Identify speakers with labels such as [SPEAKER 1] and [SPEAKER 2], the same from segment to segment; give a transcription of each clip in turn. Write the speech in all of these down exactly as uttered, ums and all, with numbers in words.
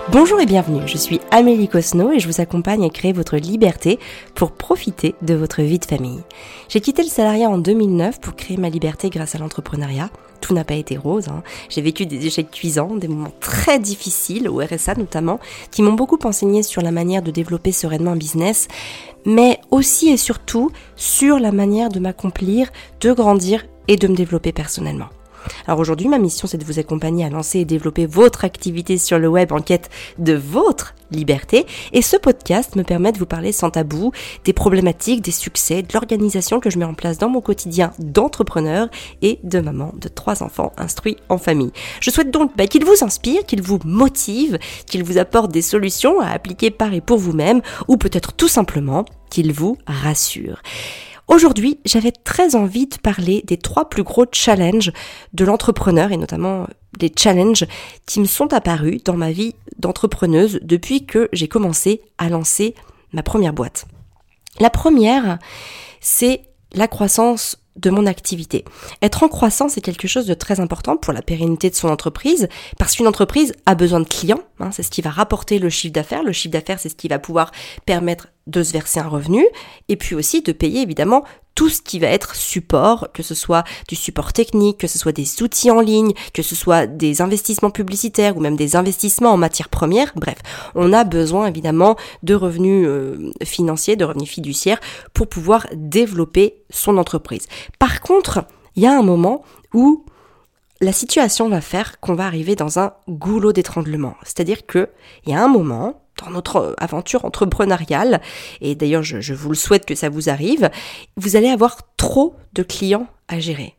[SPEAKER 1] Bonjour et bienvenue, je suis Amélie Cosno et je vous accompagne à créer votre liberté pour profiter de votre vie de famille. J'ai quitté le salariat en deux mille neuf pour créer ma liberté grâce à l'entrepreneuriat. Tout n'a pas été rose, hein. J'ai vécu des échecs cuisants, des moments très difficiles, au R S A notamment, qui m'ont beaucoup enseigné sur la manière de développer sereinement un business, mais aussi et surtout sur la manière de m'accomplir, de grandir et de me développer personnellement. Alors aujourd'hui, ma mission, c'est de vous accompagner à lancer et développer votre activité sur le web en quête de votre liberté. Et ce podcast me permet de vous parler sans tabou des problématiques, des succès, de l'organisation que je mets en place dans mon quotidien d'entrepreneur et de maman de trois enfants instruits en famille. Je souhaite donc bah, qu'il vous inspire, qu'il vous motive, qu'il vous apporte des solutions à appliquer par et pour vous-même, ou peut-être tout simplement qu'il vous rassure. Aujourd'hui, j'avais très envie de parler des trois plus gros challenges de l'entrepreneur et notamment des challenges qui me sont apparus dans ma vie d'entrepreneuse depuis que j'ai commencé à lancer ma première boîte. La première, c'est la croissance de mon activité. Être en croissance est quelque chose de très important pour la pérennité de son entreprise, parce qu'une entreprise a besoin de clients, hein, c'est ce qui va rapporter le chiffre d'affaires. Le chiffre d'affaires, c'est ce qui va pouvoir permettre de se verser un revenu, et puis aussi de payer évidemment tout ce qui va être support, que ce soit du support technique, que ce soit des outils en ligne, que ce soit des investissements publicitaires ou même des investissements en matières premières. Bref, on a besoin évidemment de revenus euh, financiers, de revenus fiduciaires pour pouvoir développer son entreprise. Par contre, il y a un moment où la situation va faire qu'on va arriver dans un goulot d'étranglement. C'est-à-dire que il y a un moment dans notre aventure entrepreneuriale, et d'ailleurs je, je vous le souhaite que ça vous arrive, vous allez avoir trop de clients à gérer.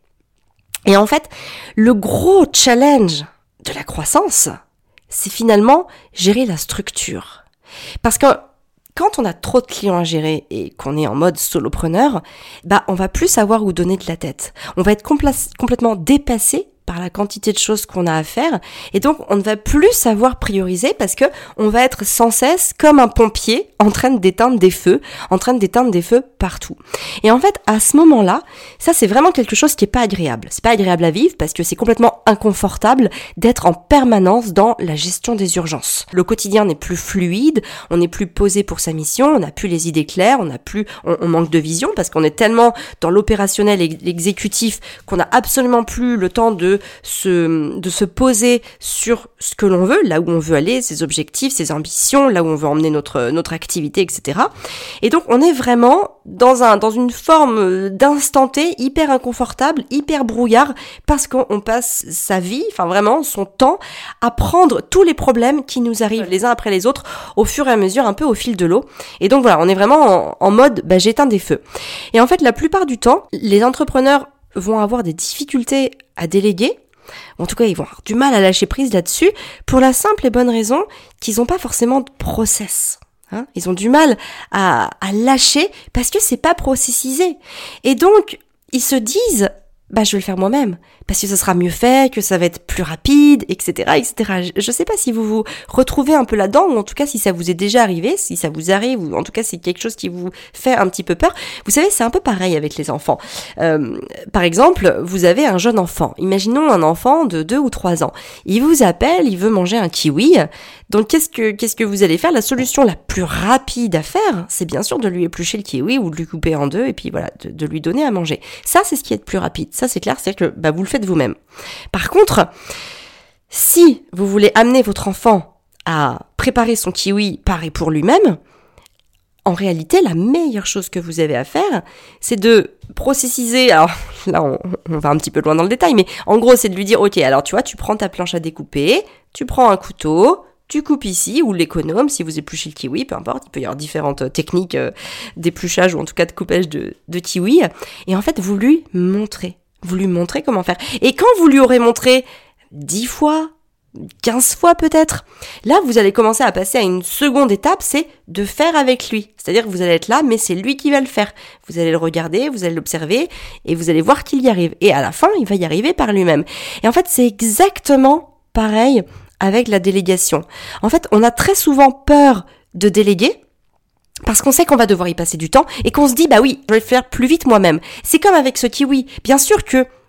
[SPEAKER 1] Et en fait, le gros challenge de la croissance, c'est finalement gérer la structure. Parce que quand on a trop de clients à gérer et qu'on est en mode solopreneur, bah on va plus savoir où donner de la tête. On va être compla- complètement dépassé par la quantité de choses qu'on a à faire, et donc on ne va plus savoir prioriser parce que on va être sans cesse comme un pompier en train d'éteindre des feux, en train d'éteindre des feux partout. Et en fait, à ce moment-là, ça c'est vraiment quelque chose qui est pas agréable. C'est pas agréable à vivre parce que c'est complètement inconfortable d'être en permanence dans la gestion des urgences. Le quotidien n'est plus fluide, on n'est plus posé pour sa mission, on n'a plus les idées claires, on n'a plus, on, on manque de vision parce qu'on est tellement dans l'opérationnel et l'exécutif qu'on n'a absolument plus le temps de Se, de se poser sur ce que l'on veut, là où on veut aller, ses objectifs, ses ambitions, là où on veut emmener notre, notre activité, et cetera. Et donc, on est vraiment dans un, dans une forme d'instant T hyper inconfortable, hyper brouillard, parce qu'on passe sa vie, enfin vraiment, son temps, à prendre tous les problèmes qui nous arrivent les uns après les autres, au fur et à mesure, un peu au fil de l'eau. Et donc voilà, on est vraiment en, en mode, bah, j'éteins des feux. Et en fait, la plupart du temps, les entrepreneurs vont avoir des difficultés à déléguer, en tout cas ils vont avoir du mal à lâcher prise là-dessus, pour la simple et bonne raison qu'ils n'ont pas forcément de process. Hein, ils ont du mal à, à lâcher parce que c'est pas processisé. Et donc ils se disent, bah je vais le faire moi-même, parce que ça sera mieux fait, que ça va être plus rapide, et cetera, et cetera. Je, je sais pas si vous vous retrouvez un peu là-dedans, ou en tout cas si ça vous est déjà arrivé, si ça vous arrive, ou en tout cas c'est quelque chose qui vous fait un petit peu peur. Vous savez, c'est un peu pareil avec les enfants. Euh, par exemple, vous avez un jeune enfant. Imaginons un enfant de deux ou trois ans. Il vous appelle, il veut manger un kiwi. Donc qu'est-ce que qu'est-ce que vous allez faire ? La solution la plus rapide à faire, c'est bien sûr de lui éplucher le kiwi ou de lui couper en deux et puis voilà, de, de lui donner à manger. Ça, c'est ce qui est le plus rapide. Ça, c'est clair, c'est que bah vous le faites vous-même. Par contre, si vous voulez amener votre enfant à préparer son kiwi par et pour lui-même, en réalité, la meilleure chose que vous avez à faire, c'est de processiser, alors là on, on va un petit peu loin dans le détail, mais en gros c'est de lui dire, ok, alors tu vois, tu prends ta planche à découper, tu prends un couteau, tu coupes ici, ou l'économe, si vous épluchez le kiwi, peu importe, il peut y avoir différentes techniques euh, d'épluchage ou en tout cas de coupage de, de kiwi, et en fait vous lui montrez. Vous lui montrez comment faire. Et quand vous lui aurez montré dix fois, quinze fois peut-être, là vous allez commencer à passer à une seconde étape, c'est de faire avec lui. C'est-à-dire que vous allez être là, mais c'est lui qui va le faire. Vous allez le regarder, vous allez l'observer, et vous allez voir qu'il y arrive. Et à la fin, il va y arriver par lui-même. Et en fait, c'est exactement pareil avec la délégation. En fait, on a très souvent peur de déléguer, parce qu'on sait qu'on va devoir y passer du temps et qu'on se dit, bah oui, je vais le faire plus vite moi-même. C'est comme avec ce kiwi. Bien sûr que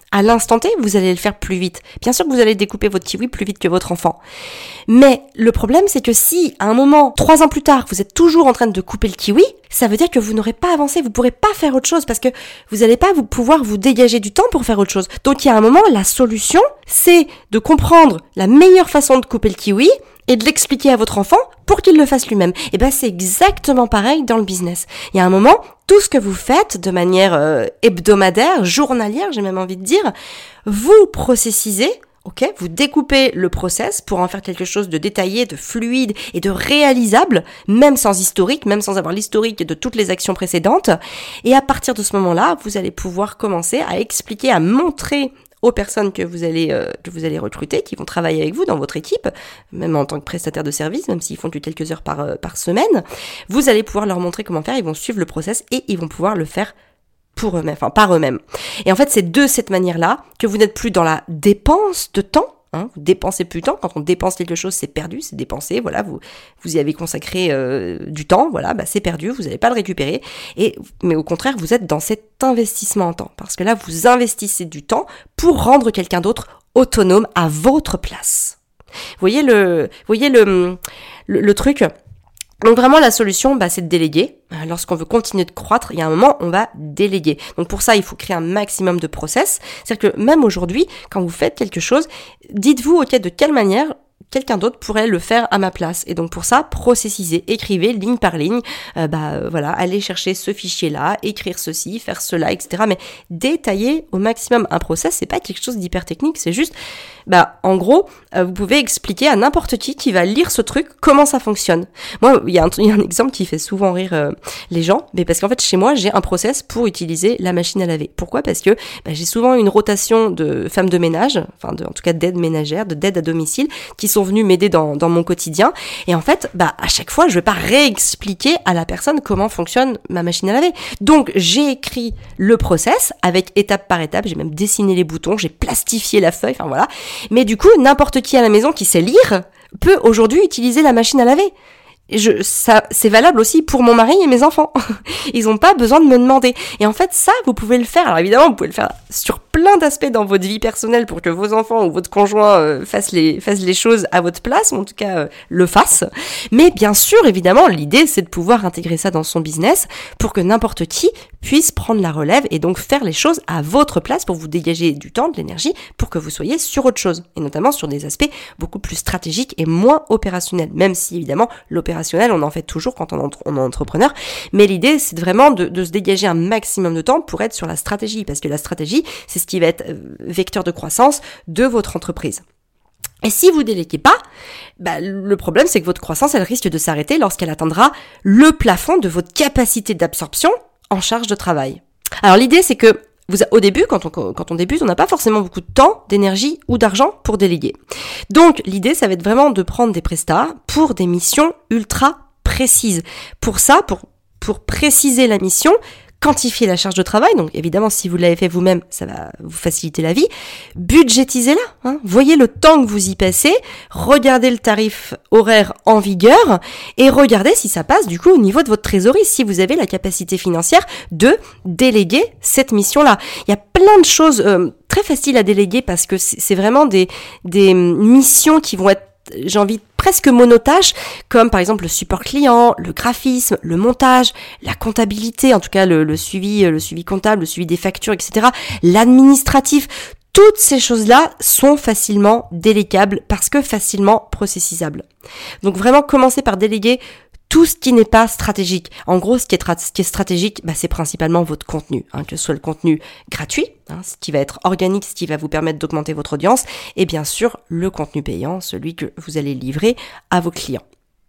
[SPEAKER 1] À l'instant T, vous allez le faire plus vite. Bien sûr que vous allez découper votre kiwi plus vite que votre enfant. Mais le problème, c'est que si, à un moment, trois ans plus tard, vous êtes toujours en train de couper le kiwi, ça veut dire que vous n'aurez pas avancé, vous ne pourrez pas faire autre chose parce que vous n'allez pas vous pouvoir vous dégager du temps pour faire autre chose. Donc, il y a un moment, la solution, c'est de comprendre la meilleure façon de couper le kiwi et de l'expliquer à votre enfant pour qu'il le fasse lui-même. Et ben c'est exactement pareil dans le business. Il y a un moment, tout ce que vous faites de manière euh, hebdomadaire, journalière, j'ai même envie de dire, vous processisez, ok, vous découpez le process pour en faire quelque chose de détaillé, de fluide et de réalisable, même sans historique, même sans avoir l'historique de toutes les actions précédentes. Et à partir de ce moment-là, vous allez pouvoir commencer à expliquer, à montrer aux personnes que vous allez euh, que vous allez recruter, qui vont travailler avec vous dans votre équipe, même en tant que prestataire de service, même s'ils font que quelques heures par euh, par semaine, vous allez pouvoir leur montrer comment faire, ils vont suivre le process et ils vont pouvoir le faire pour eux-mêmes, enfin par eux-mêmes. Et en fait, c'est de cette manière-là que vous n'êtes plus dans la dépense de temps. Hein, vous dépensez plus de temps. Quand on dépense quelque chose, c'est perdu, c'est dépensé. Voilà, vous vous y avez consacré euh, du temps. Voilà, bah c'est perdu. Vous n'allez pas le récupérer. Et mais au contraire, vous êtes dans cet investissement en temps, parce que là, vous investissez du temps pour rendre quelqu'un d'autre autonome à votre place. Vous voyez le, vous voyez le, le, le truc. Donc vraiment la solution, bah, c'est de déléguer. Lorsqu'on veut continuer de croître, il y a un moment, on va déléguer. Donc pour ça, il faut créer un maximum de process. C'est-à-dire que même aujourd'hui, quand vous faites quelque chose, dites-vous, ok, de quelle manière quelqu'un d'autre pourrait le faire à ma place. Et donc pour ça, processisez, écrivez ligne par ligne, euh, bah euh, voilà, allez chercher ce fichier-là, écrire ceci, faire cela, et cetera. Mais détailler au maximum un process, c'est pas quelque chose d'hyper technique, c'est juste, bah en gros, euh, vous pouvez expliquer à n'importe qui qui va lire ce truc comment ça fonctionne. Moi, il y a un, il y a un exemple qui fait souvent rire euh, les gens, mais parce qu'en fait chez moi, j'ai un process pour utiliser la machine à laver. Pourquoi ? Parce que bah, j'ai souvent une rotation de femmes de ménage, enfin de, en tout cas d'aide ménagère, de d'aide à domicile, qui sont venus m'aider dans, dans mon quotidien. Et en fait, bah, à chaque fois, je vais pas réexpliquer à la personne comment fonctionne ma machine à laver. Donc, j'ai écrit le process avec étape par étape. J'ai même dessiné les boutons, j'ai plastifié la feuille, enfin voilà. Mais du coup, n'importe qui à la maison qui sait lire peut aujourd'hui utiliser la machine à laver. Je, ça, c'est valable aussi pour mon mari et mes enfants. Ils n'ont pas besoin de me demander. Et en fait, ça, vous pouvez le faire. Alors évidemment, vous pouvez le faire sur plein d'aspects dans votre vie personnelle pour que vos enfants ou votre conjoint euh, fassent les fassent les choses à votre place, ou en tout cas euh, le fassent. Mais bien sûr, évidemment, l'idée, c'est de pouvoir intégrer ça dans son business pour que n'importe qui puisse prendre la relève et donc faire les choses à votre place pour vous dégager du temps, de l'énergie, pour que vous soyez sur autre chose. Et notamment sur des aspects beaucoup plus stratégiques et moins opérationnels. Même si, évidemment, l'opérationnel, on en fait toujours quand on, on est entrepreneur. Mais l'idée, c'est vraiment de, de se dégager un maximum de temps pour être sur la stratégie. Parce que la stratégie, c'est ce qui va être vecteur de croissance de votre entreprise. Et si vous déléguez pas, bah, le problème, c'est que votre croissance, elle risque de s'arrêter lorsqu'elle atteindra le plafond de votre capacité d'absorption en charge de travail. Alors l'idée, c'est que vous, au début, quand on, quand on débute, on n'a pas forcément beaucoup de temps, d'énergie ou d'argent pour déléguer. Donc l'idée, ça va être vraiment de prendre des prestats pour des missions ultra précises. Pour ça, pour, pour préciser la mission, quantifier la charge de travail, donc évidemment si vous l'avez fait vous-même, ça va vous faciliter la vie. Budgétisez-la, hein. Voyez le temps que vous y passez, regardez le tarif horaire en vigueur et regardez si ça passe du coup au niveau de votre trésorerie, si vous avez la capacité financière de déléguer cette mission-là. Il y a plein de choses euh, très faciles à déléguer parce que c'est, c'est vraiment des, des missions qui vont être, j'ai envie de presque monotâches, comme par exemple le support client, le graphisme, le montage, la comptabilité, en tout cas le, le suivi, le suivi comptable, le suivi des factures, et cetera, l'administratif. Toutes ces choses-là sont facilement délégables parce que facilement processisables. Donc vraiment, commencez par déléguer tout ce qui n'est pas stratégique. En gros, ce qui est, tra- ce qui est stratégique, bah, c'est principalement votre contenu, hein, que ce soit le contenu gratuit, hein, ce qui va être organique, ce qui va vous permettre d'augmenter votre audience, et bien sûr, le contenu payant, celui que vous allez livrer à vos clients.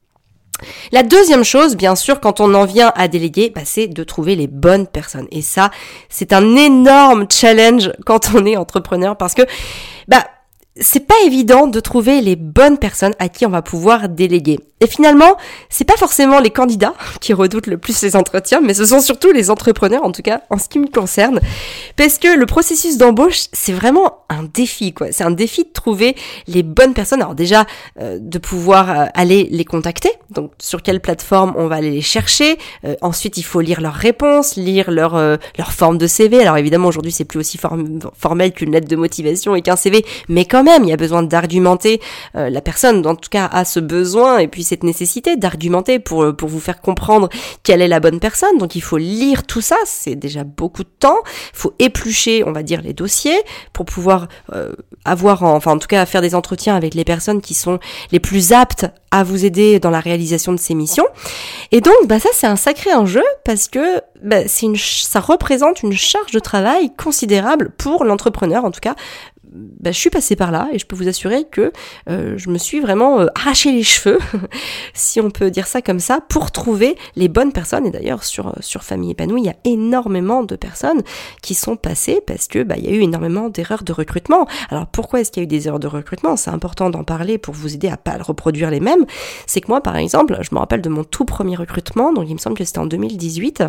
[SPEAKER 1] La deuxième chose, bien sûr, quand on en vient à déléguer, bah, c'est de trouver les bonnes personnes. Et ça, c'est un énorme challenge quand on est entrepreneur parce que, bah, c'est pas évident de trouver les bonnes personnes à qui on va pouvoir déléguer. Et finalement, c'est pas forcément les candidats qui redoutent le plus les entretiens, mais ce sont surtout les entrepreneurs, en tout cas en ce qui me concerne, parce que le processus d'embauche, c'est vraiment un défi, quoi. C'est un défi de trouver les bonnes personnes. Alors déjà, euh, de pouvoir euh, aller les contacter, donc sur quelle plateforme on va aller les chercher. Euh, ensuite, il faut lire leurs réponses, lire leur euh, leur forme de C V. Alors évidemment, aujourd'hui, c'est plus aussi form- formel qu'une lettre de motivation et qu'un C V, mais quand même, il y a besoin d'argumenter. Euh, la personne, en tout cas, a ce besoin et puis cette nécessité d'argumenter pour pour vous faire comprendre quelle est la bonne personne. Donc il faut lire tout ça, c'est déjà beaucoup de temps. Il faut éplucher, on va dire, les dossiers pour pouvoir euh, avoir, en, enfin en tout cas, faire des entretiens avec les personnes qui sont les plus aptes à vous aider dans la réalisation de ces missions. Et donc, bah ça c'est un sacré enjeu parce que bah, c'est une, ça représente une charge de travail considérable pour l'entrepreneur, en tout cas. Bah, je suis passée par là et je peux vous assurer que euh, je me suis vraiment euh, arraché les cheveux, si on peut dire ça comme ça, pour trouver les bonnes personnes. Et d'ailleurs, sur sur Famille Épanouie, il y a énormément de personnes qui sont passées parce que bah il y a eu énormément d'erreurs de recrutement. Alors pourquoi est-ce qu'il y a eu des erreurs de recrutement ? C'est important d'en parler pour vous aider à pas reproduire les mêmes. C'est que moi, par exemple, je me rappelle de mon tout premier recrutement, donc il me semble que c'était en deux mille dix-huit,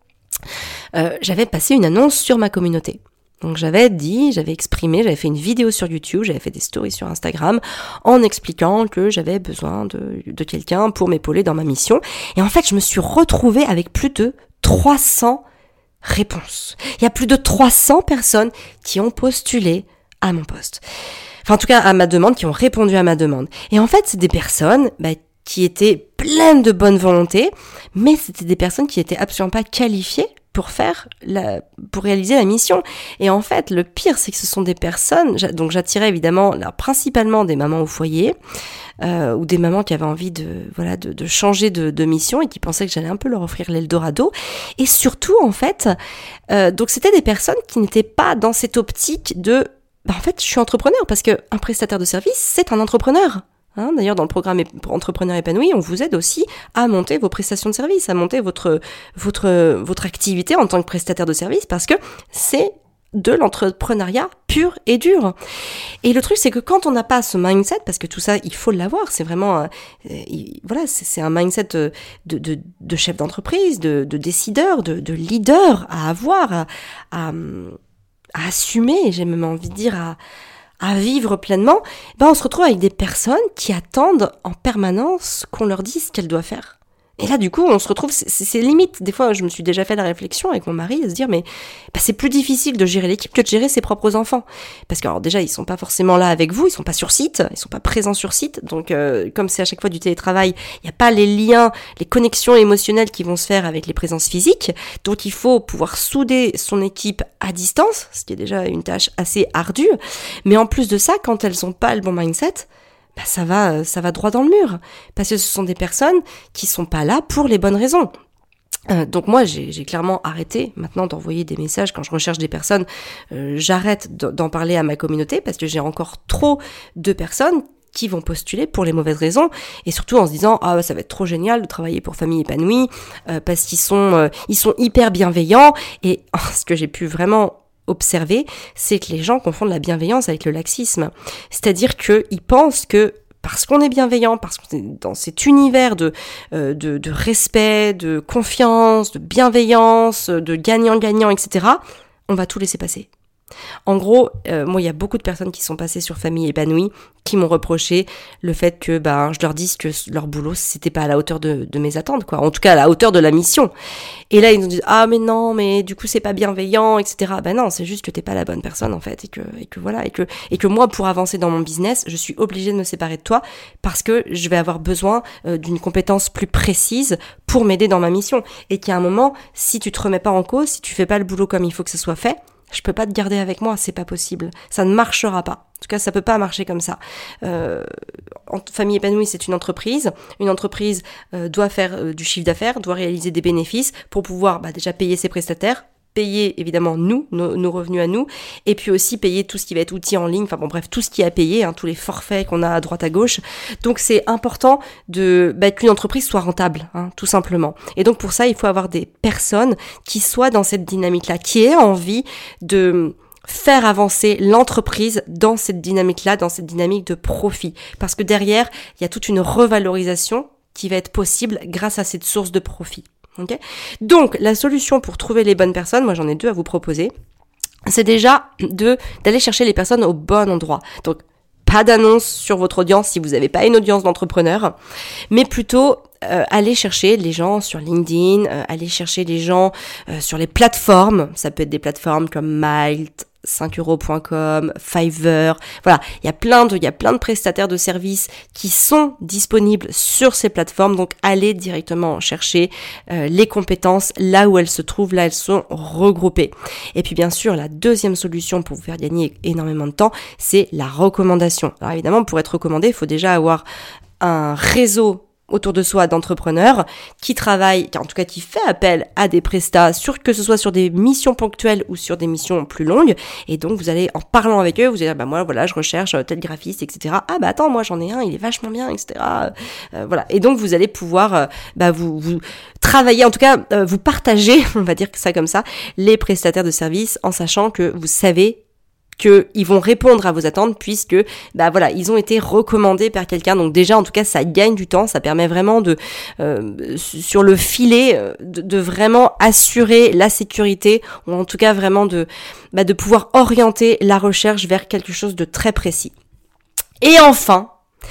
[SPEAKER 1] euh, j'avais passé une annonce sur ma communauté. Donc j'avais dit, j'avais exprimé, j'avais fait une vidéo sur YouTube, j'avais fait des stories sur Instagram en expliquant que j'avais besoin de, de quelqu'un pour m'épauler dans ma mission. Et en fait, je me suis retrouvée avec plus de trois cents réponses. Il y a plus de trois cents personnes qui ont postulé à mon poste. Enfin, en tout cas, à ma demande, qui ont répondu à ma demande. Et en fait, c'est des personnes bah, qui étaient pleines de bonne volonté, mais c'était des personnes qui étaient absolument pas qualifiées pour faire la, pour réaliser la mission. Et en fait, le pire, c'est que ce sont des personnes, donc j'attirais évidemment, là, principalement des mamans au foyer, euh, ou des mamans qui avaient envie de, voilà, de, de changer de, de mission et qui pensaient que j'allais un peu leur offrir l'Eldorado. Et surtout, en fait, euh, donc c'était des personnes qui n'étaient pas dans cette optique de, bah, en fait, je suis entrepreneur, parce que un prestataire de service, c'est un entrepreneur. Hein, d'ailleurs, dans le programme Entrepreneur Épanoui, on vous aide aussi à monter vos prestations de service, à monter votre votre votre activité en tant que prestataire de service, parce que c'est de l'entrepreneuriat pur et dur. Et le truc, c'est que quand on n'a pas ce mindset, parce que tout ça, il faut l'avoir, c'est vraiment, euh, il, voilà, c'est, c'est un mindset de, de, de chef d'entreprise, de, de décideur, de, de leader à avoir, à, à, à assumer, j'ai même envie de dire, à à vivre pleinement, ben on se retrouve avec des personnes qui attendent en permanence qu'on leur dise ce qu'elles doivent faire. Et là, du coup, on se retrouve, c'est, c'est limite. Des fois, je me suis déjà fait la réflexion avec mon mari à se dire, mais bah, c'est plus difficile de gérer l'équipe que de gérer ses propres enfants. Parce que, alors déjà, ils sont pas forcément là avec vous, ils sont pas sur site, ils sont pas présents sur site. Donc, euh, comme c'est à chaque fois du télétravail, il n'y a pas les liens, les connexions émotionnelles qui vont se faire avec les présences physiques. Donc, il faut pouvoir souder son équipe à distance, ce qui est déjà une tâche assez ardue. Mais en plus de ça, quand elles ont pas le bon mindset, bah ça va, ça va droit dans le mur, parce que ce sont des personnes qui sont pas là pour les bonnes raisons. Euh, donc moi, j'ai, j'ai clairement arrêté maintenant d'envoyer des messages quand je recherche des personnes. Euh, j'arrête d'en parler à ma communauté parce que j'ai encore trop de personnes qui vont postuler pour les mauvaises raisons, et surtout en se disant ah ça va être trop génial de travailler pour Famille Épanouie euh, parce qu'ils sont euh, ils sont hyper bienveillants. Et oh, ce que j'ai pu vraiment observer, c'est que les gens confondent la bienveillance avec le laxisme. C'est-à-dire qu'ils pensent que parce qu'on est bienveillant, parce qu'on est dans cet univers de, euh, de, de respect, de confiance, de bienveillance, de gagnant-gagnant, et cetera, on va tout laisser passer. En gros, euh, moi, il y a beaucoup de personnes qui sont passées sur Famille Épanouie qui m'ont reproché le fait que ben je leur dise que leur boulot c'était pas à la hauteur de, de mes attentes, quoi. En tout cas, à la hauteur de la mission. Et là, ils nous disent ah mais non, mais du coup c'est pas bienveillant, et cetera. Ben non, c'est juste que t'es pas la bonne personne en fait, et que et que voilà, et que et que moi pour avancer dans mon business, je suis obligée de me séparer de toi parce que je vais avoir besoin euh, d'une compétence plus précise pour m'aider dans ma mission. Et qu'à un moment, si tu te remets pas en cause, si tu fais pas le boulot comme il faut que ce soit fait, je peux pas te garder avec moi, c'est pas possible. Ça ne marchera pas. En tout cas, ça peut pas marcher comme ça. Euh, Famille Épanouie, c'est une entreprise. Une entreprise euh, doit faire euh, du chiffre d'affaires, doit réaliser des bénéfices pour pouvoir bah, déjà payer ses prestataires, payer évidemment nous, nos, nos revenus à nous, et puis aussi payer tout ce qui va être outils en ligne, enfin bon bref, tout ce qui est à payer, hein, tous les forfaits qu'on a à droite à gauche. Donc c'est important de bah, qu'une entreprise soit rentable, hein, tout simplement. Et donc pour ça, il faut avoir des personnes qui soient dans cette dynamique-là, qui aient envie de faire avancer l'entreprise dans cette dynamique-là, dans cette dynamique de profit. Parce que derrière, il y a toute une revalorisation qui va être possible grâce à cette source de profit. Okay ? Donc, la solution pour trouver les bonnes personnes, moi j'en ai deux à vous proposer, c'est déjà de d'aller chercher les personnes au bon endroit. Donc, pas d'annonce sur votre audience si vous n'avez pas une audience d'entrepreneurs, mais plutôt euh, aller chercher les gens sur LinkedIn, euh, aller chercher les gens euh, sur les plateformes. Ça peut être des plateformes comme Malte, cinq euros point com, Fiverr. Voilà, il y a plein de, il y a plein de prestataires de services qui sont disponibles sur ces plateformes. Donc, allez directement chercher euh, les compétences là où elles se trouvent, là elles sont regroupées. Et puis, bien sûr, la deuxième solution pour vous faire gagner énormément de temps, c'est la recommandation. Alors, évidemment, pour être recommandé, il faut déjà avoir un réseau autour de soi d'entrepreneurs qui travaillent, en tout cas qui fait appel à des prestats, sur, que ce soit sur des missions ponctuelles ou sur des missions plus longues. Et donc, vous allez, en parlant avec eux, vous allez dire, bah moi, voilà, je recherche tel graphiste, et cetera. Ah bah attends, moi j'en ai un, il est vachement bien, et cetera. Euh, voilà. Et donc, vous allez pouvoir, euh, bah vous, vous travailler, en tout cas, euh, vous partager, on va dire ça comme ça, les prestataires de services en sachant que vous savez qu'ils vont répondre à vos attentes puisque bah voilà ils ont été recommandés par quelqu'un. Donc déjà en tout cas ça gagne du temps, ça permet vraiment de euh, sur le filet de, de vraiment assurer la sécurité ou en tout cas vraiment de bah de pouvoir orienter la recherche vers quelque chose de très précis. Et enfin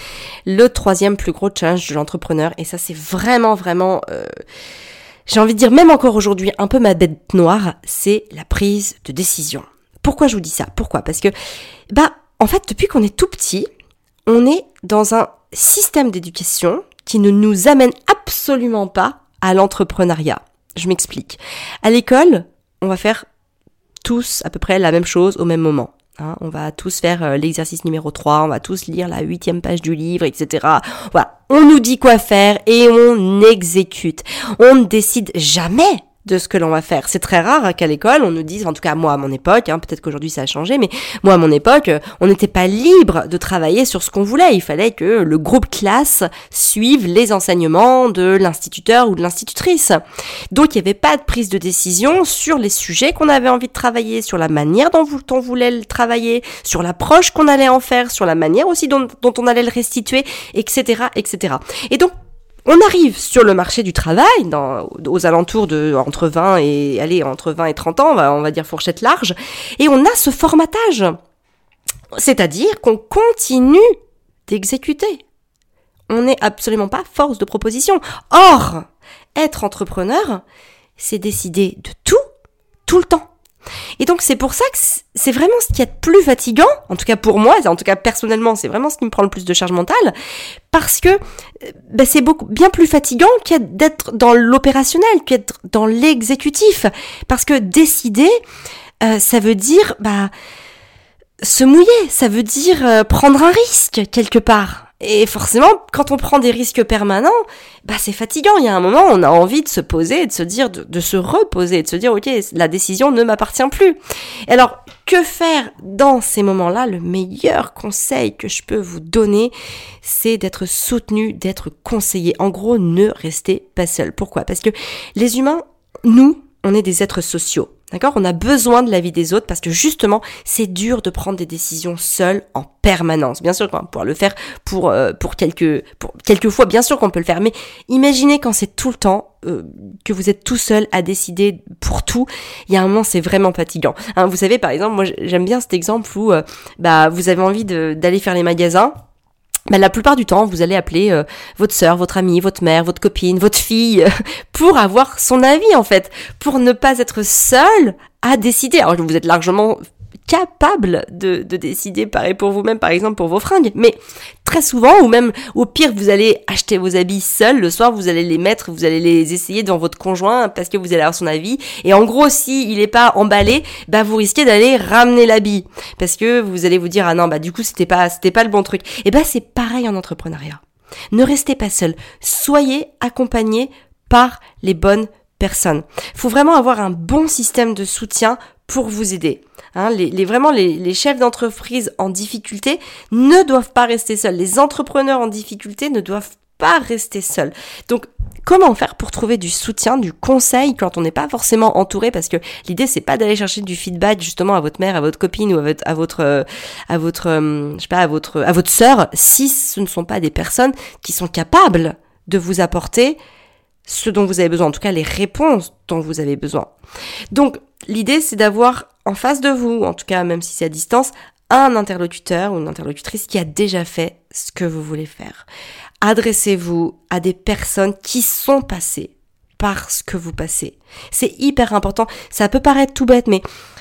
[SPEAKER 1] le troisième plus gros challenge de l'entrepreneur, et ça c'est vraiment vraiment euh, j'ai envie de dire même encore aujourd'hui un peu ma bête noire, c'est la prise de décision. Pourquoi je vous dis ça ? Pourquoi ? Parce que, bah, en fait, depuis qu'on est tout petit, on est dans un système d'éducation qui ne nous amène absolument pas à l'entrepreneuriat. Je m'explique. À l'école, on va faire tous à peu près la même chose au même moment. Hein, on va tous faire euh, l'exercice numéro trois, on va tous lire la huitième page du livre, et cetera. Voilà, on nous dit quoi faire et on exécute. On ne décide jamais de ce que l'on va faire. C'est très rare qu'à l'école, on nous dise, en tout cas moi à mon époque, hein, peut-être qu'aujourd'hui ça a changé, mais moi à mon époque, on n'était pas libre de travailler sur ce qu'on voulait. Il fallait que le groupe classe suive les enseignements de l'instituteur ou de l'institutrice. Donc il n'y avait pas de prise de décision sur les sujets qu'on avait envie de travailler, sur la manière dont on voulait le travailler, sur l'approche qu'on allait en faire, sur la manière aussi dont, dont on allait le restituer, et cetera, et cetera. Et donc, on arrive sur le marché du travail, dans, aux alentours de entre vingt et allez entre vingt et trente ans, on va, on va dire fourchette large, et on a ce formatage, c'est-à-dire qu'on continue d'exécuter. On n'est absolument pas force de proposition. Or, être entrepreneur, c'est décider de tout, tout le temps. Et donc c'est pour ça que c'est vraiment ce qui est plus fatigant, en tout cas pour moi, en tout cas personnellement, c'est vraiment ce qui me prend le plus de charge mentale, parce que bah, c'est beaucoup bien plus fatigant qu'être dans l'opérationnel, qu'être dans l'exécutif, parce que décider, euh, ça veut dire bah se mouiller, ça veut dire euh, prendre un risque quelque part. Et forcément, quand on prend des risques permanents, bah c'est fatigant. Il y a un moment, on a envie de se poser, de se dire, de, de se reposer, de se dire, ok, la décision ne m'appartient plus. Et alors, que faire dans ces moments-là ? Le meilleur conseil que je peux vous donner, c'est d'être soutenu, d'être conseillé. En gros, ne restez pas seul. Pourquoi ? Parce que les humains, nous, on est des êtres sociaux. D'accord ? On a besoin de l'avis des autres parce que justement, c'est dur de prendre des décisions seules en permanence. Bien sûr qu'on va pouvoir le faire pour euh, pour quelques pour quelques fois, bien sûr qu'on peut le faire, mais imaginez quand c'est tout le temps euh, que vous êtes tout seul à décider pour tout. Il y a un moment, c'est vraiment fatigant. Hein, vous savez, par exemple, moi j'aime bien cet exemple où euh, bah vous avez envie de d'aller faire les magasins. Bah, la plupart du temps, vous allez appeler euh, votre sœur, votre amie, votre mère, votre copine, votre fille, euh, pour avoir son avis en fait, pour ne pas être seul à décider. Alors vous êtes largement capable de, de décider pareil pour vous-même, par exemple pour vos fringues, mais très souvent, ou même au pire, vous allez acheter vos habits seuls, le soir vous allez les mettre, vous allez les essayer devant votre conjoint parce que vous allez avoir son avis, et en gros si il est pas emballé, bah vous risquez d'aller ramener l'habit, parce que vous allez vous dire ah non bah du coup c'était pas c'était pas le bon truc. Et bah c'est pareil en entrepreneuriat. Ne restez pas seul, soyez accompagné par les bonnes personnes. Faut vraiment avoir un bon système de soutien pour vous aider. Hein, les, les, vraiment, les, les chefs d'entreprise en difficulté ne doivent pas rester seuls. Les entrepreneurs en difficulté ne doivent pas rester seuls. Donc, comment faire pour trouver du soutien, du conseil quand on n'est pas forcément entouré ? Parce que l'idée, c'est pas d'aller chercher du feedback justement à votre mère, à votre copine ou à votre, à votre, euh, à votre, euh, je sais pas, à votre, à votre sœur, si ce ne sont pas des personnes qui sont capables de vous apporter ce dont vous avez besoin, en tout cas les réponses dont vous avez besoin. Donc l'idée c'est d'avoir en face de vous, en tout cas même si c'est à distance, un interlocuteur ou une interlocutrice qui a déjà fait ce que vous voulez faire. Adressez-vous à des personnes qui sont passées par ce que vous passez. C'est hyper important, ça peut paraître tout bête, mais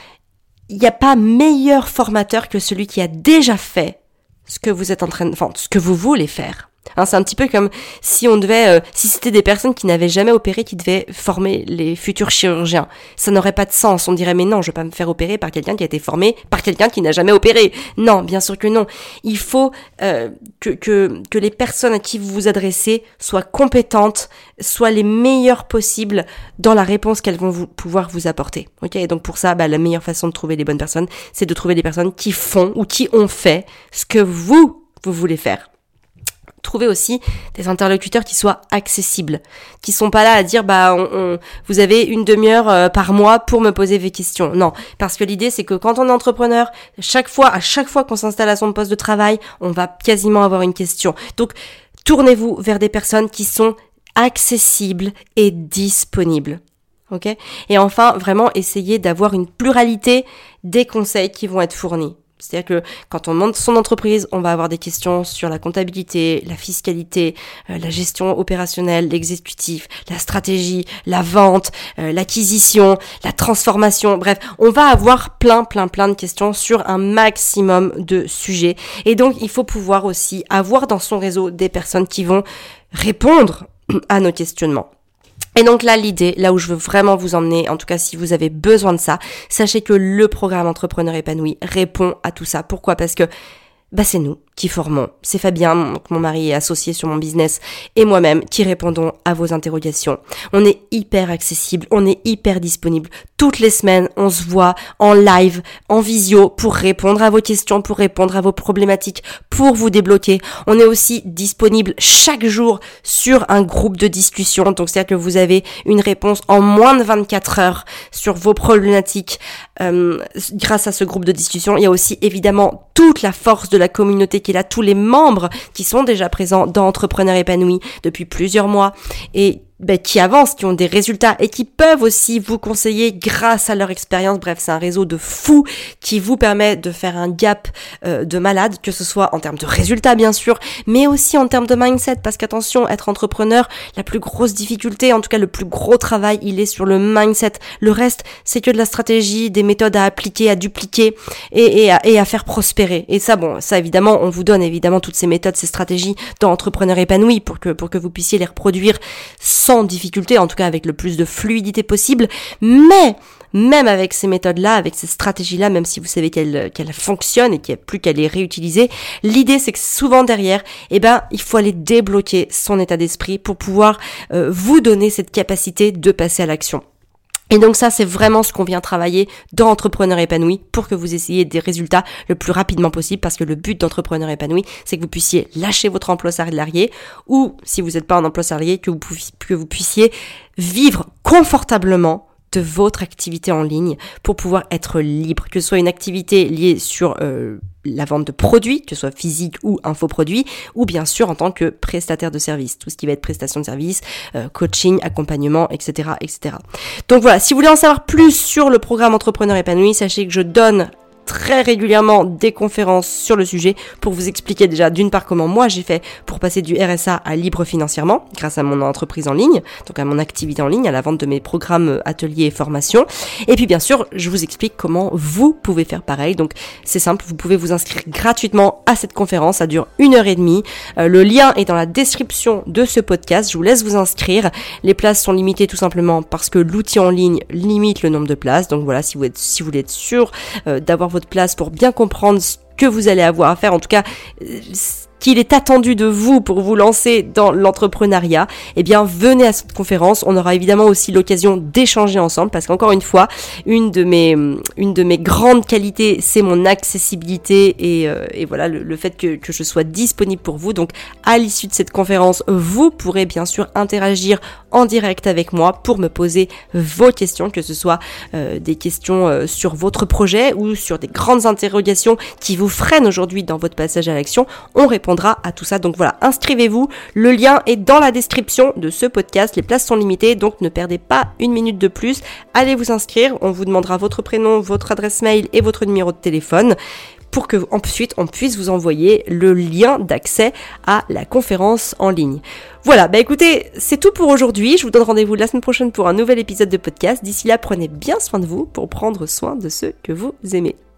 [SPEAKER 1] il n'y a pas meilleur formateur que celui qui a déjà fait ce que vous êtes en train de, enfin, ce que vous voulez faire. Hein, c'est un petit peu comme si on devait, euh, si c'était des personnes qui n'avaient jamais opéré, qui devaient former les futurs chirurgiens. Ça n'aurait pas de sens. On dirait, mais non, je vais pas me faire opérer par quelqu'un qui a été formé par quelqu'un qui n'a jamais opéré. Non, bien sûr que non. Il faut euh, que, que, que les personnes à qui vous vous adressez soient compétentes, soient les meilleures possibles dans la réponse qu'elles vont vous, pouvoir vous apporter. Ok, et donc pour ça, bah, la meilleure façon de trouver les bonnes personnes, c'est de trouver des personnes qui font ou qui ont fait ce que vous, vous voulez faire. Trouver aussi des interlocuteurs qui soient accessibles, qui sont pas là à dire bah on, on, vous avez une demi-heure euh, par mois pour me poser vos questions. Non, parce que l'idée c'est que quand on est entrepreneur, chaque fois, à chaque fois qu'on s'installe à son poste de travail, on va quasiment avoir une question. Donc tournez-vous vers des personnes qui sont accessibles et disponibles. Ok ? Et enfin, vraiment essayez d'avoir une pluralité des conseils qui vont être fournis. C'est-à-dire que quand on monte son entreprise, on va avoir des questions sur la comptabilité, la fiscalité, euh, la gestion opérationnelle, l'exécutif, la stratégie, la vente, euh, l'acquisition, la transformation. Bref, on va avoir plein, plein, plein de questions sur un maximum de sujets. Et donc, il faut pouvoir aussi avoir dans son réseau des personnes qui vont répondre à nos questionnements. Et donc là, l'idée, là où je veux vraiment vous emmener, en tout cas si vous avez besoin de ça, sachez que le programme Entrepreneur épanoui répond à tout ça. Pourquoi ? Parce que bah c'est nous qui formons. C'est Fabien, mon, mon mari est associé sur mon business, et moi-même qui répondons à vos interrogations. On est hyper accessible, on est hyper disponible. Toutes les semaines, on se voit en live, en visio, pour répondre à vos questions, pour répondre à vos problématiques, pour vous débloquer. On est aussi disponible chaque jour sur un groupe de discussion. Donc c'est-à-dire que vous avez une réponse en moins de vingt-quatre heures sur vos problématiques euh, grâce à ce groupe de discussion. Il y a aussi évidemment toute la force de la communauté qui est là, tous les membres qui sont déjà présents dans Entrepreneur épanoui depuis plusieurs mois et ben, qui avancent, qui ont des résultats et qui peuvent aussi vous conseiller grâce à leur expérience. Bref, c'est un réseau de fous qui vous permet de faire un gap euh, de malade, que ce soit en termes de résultats bien sûr, mais aussi en termes de mindset, parce qu'attention, être entrepreneur, la plus grosse difficulté, en tout cas le plus gros travail, il est sur le mindset. Le reste, c'est que de la stratégie, des méthodes à appliquer, à dupliquer et, et, à, et à faire prospérer. Et ça, bon, ça évidemment, on vous donne évidemment toutes ces méthodes, ces stratégies dans Entrepreneur épanoui pour que, pour que vous puissiez les reproduire sans sans difficulté, en tout cas avec le plus de fluidité possible, mais même avec ces méthodes-là, avec ces stratégies-là, même si vous savez qu'elles qu'elles fonctionnent et qu'il n'y a plus qu'à les réutiliser, l'idée c'est que souvent derrière, eh ben, il faut aller débloquer son état d'esprit pour pouvoir euh, vous donner cette capacité de passer à l'action. Et donc ça, c'est vraiment ce qu'on vient travailler dans Entrepreneur épanoui pour que vous essayiez des résultats le plus rapidement possible, parce que le but d'Entrepreneur épanoui, c'est que vous puissiez lâcher votre emploi salarié, ou si vous n'êtes pas en emploi salarié, que vous, pouviez, que vous puissiez vivre confortablement de votre activité en ligne pour pouvoir être libre, que ce soit une activité liée sur euh, la vente de produits, que ce soit physique ou infoproduit, ou bien sûr en tant que prestataire de service, tout ce qui va être prestation de service, euh, coaching, accompagnement, et cetera, et cetera. Donc voilà, si vous voulez en savoir plus sur le programme Entrepreneur épanoui, sachez que je donne très régulièrement des conférences sur le sujet pour vous expliquer déjà d'une part comment moi j'ai fait pour passer du R S A à libre financièrement grâce à mon entreprise en ligne, donc à mon activité en ligne, à la vente de mes programmes, ateliers et formations. Et puis bien sûr, je vous explique comment vous pouvez faire pareil. Donc c'est simple, vous pouvez vous inscrire gratuitement à cette conférence, ça dure une heure et demie. Euh, le lien est dans la description de ce podcast, je vous laisse vous inscrire. Les places sont limitées tout simplement parce que l'outil en ligne limite le nombre de places. Donc voilà, si vous êtes, si vous voulez être sûr euh, d'avoir votre place pour bien comprendre ce que vous allez avoir à faire, en tout cas qu'il est attendu de vous pour vous lancer dans l'entrepreneuriat, eh bien venez à cette conférence. On aura évidemment aussi l'occasion d'échanger ensemble, parce qu'encore une fois, une de mes une de mes grandes qualités, c'est mon accessibilité et, euh, et voilà le, le fait que, que je sois disponible pour vous. Donc à l'issue de cette conférence, vous pourrez bien sûr interagir en direct avec moi pour me poser vos questions, que ce soit euh, des questions euh, sur votre projet ou sur des grandes interrogations qui vous freinent aujourd'hui dans votre passage à l'action. On répond apprendra à tout ça. Donc voilà, inscrivez-vous. Le lien est dans la description de ce podcast. Les places sont limitées, donc ne perdez pas une minute de plus. Allez vous inscrire. On vous demandera votre prénom, votre adresse mail et votre numéro de téléphone pour que ensuite on puisse vous envoyer le lien d'accès à la conférence en ligne. Voilà, bah écoutez, c'est tout pour aujourd'hui. Je vous donne rendez-vous la semaine prochaine pour un nouvel épisode de podcast. D'ici là, prenez bien soin de vous pour prendre soin de ceux que vous aimez.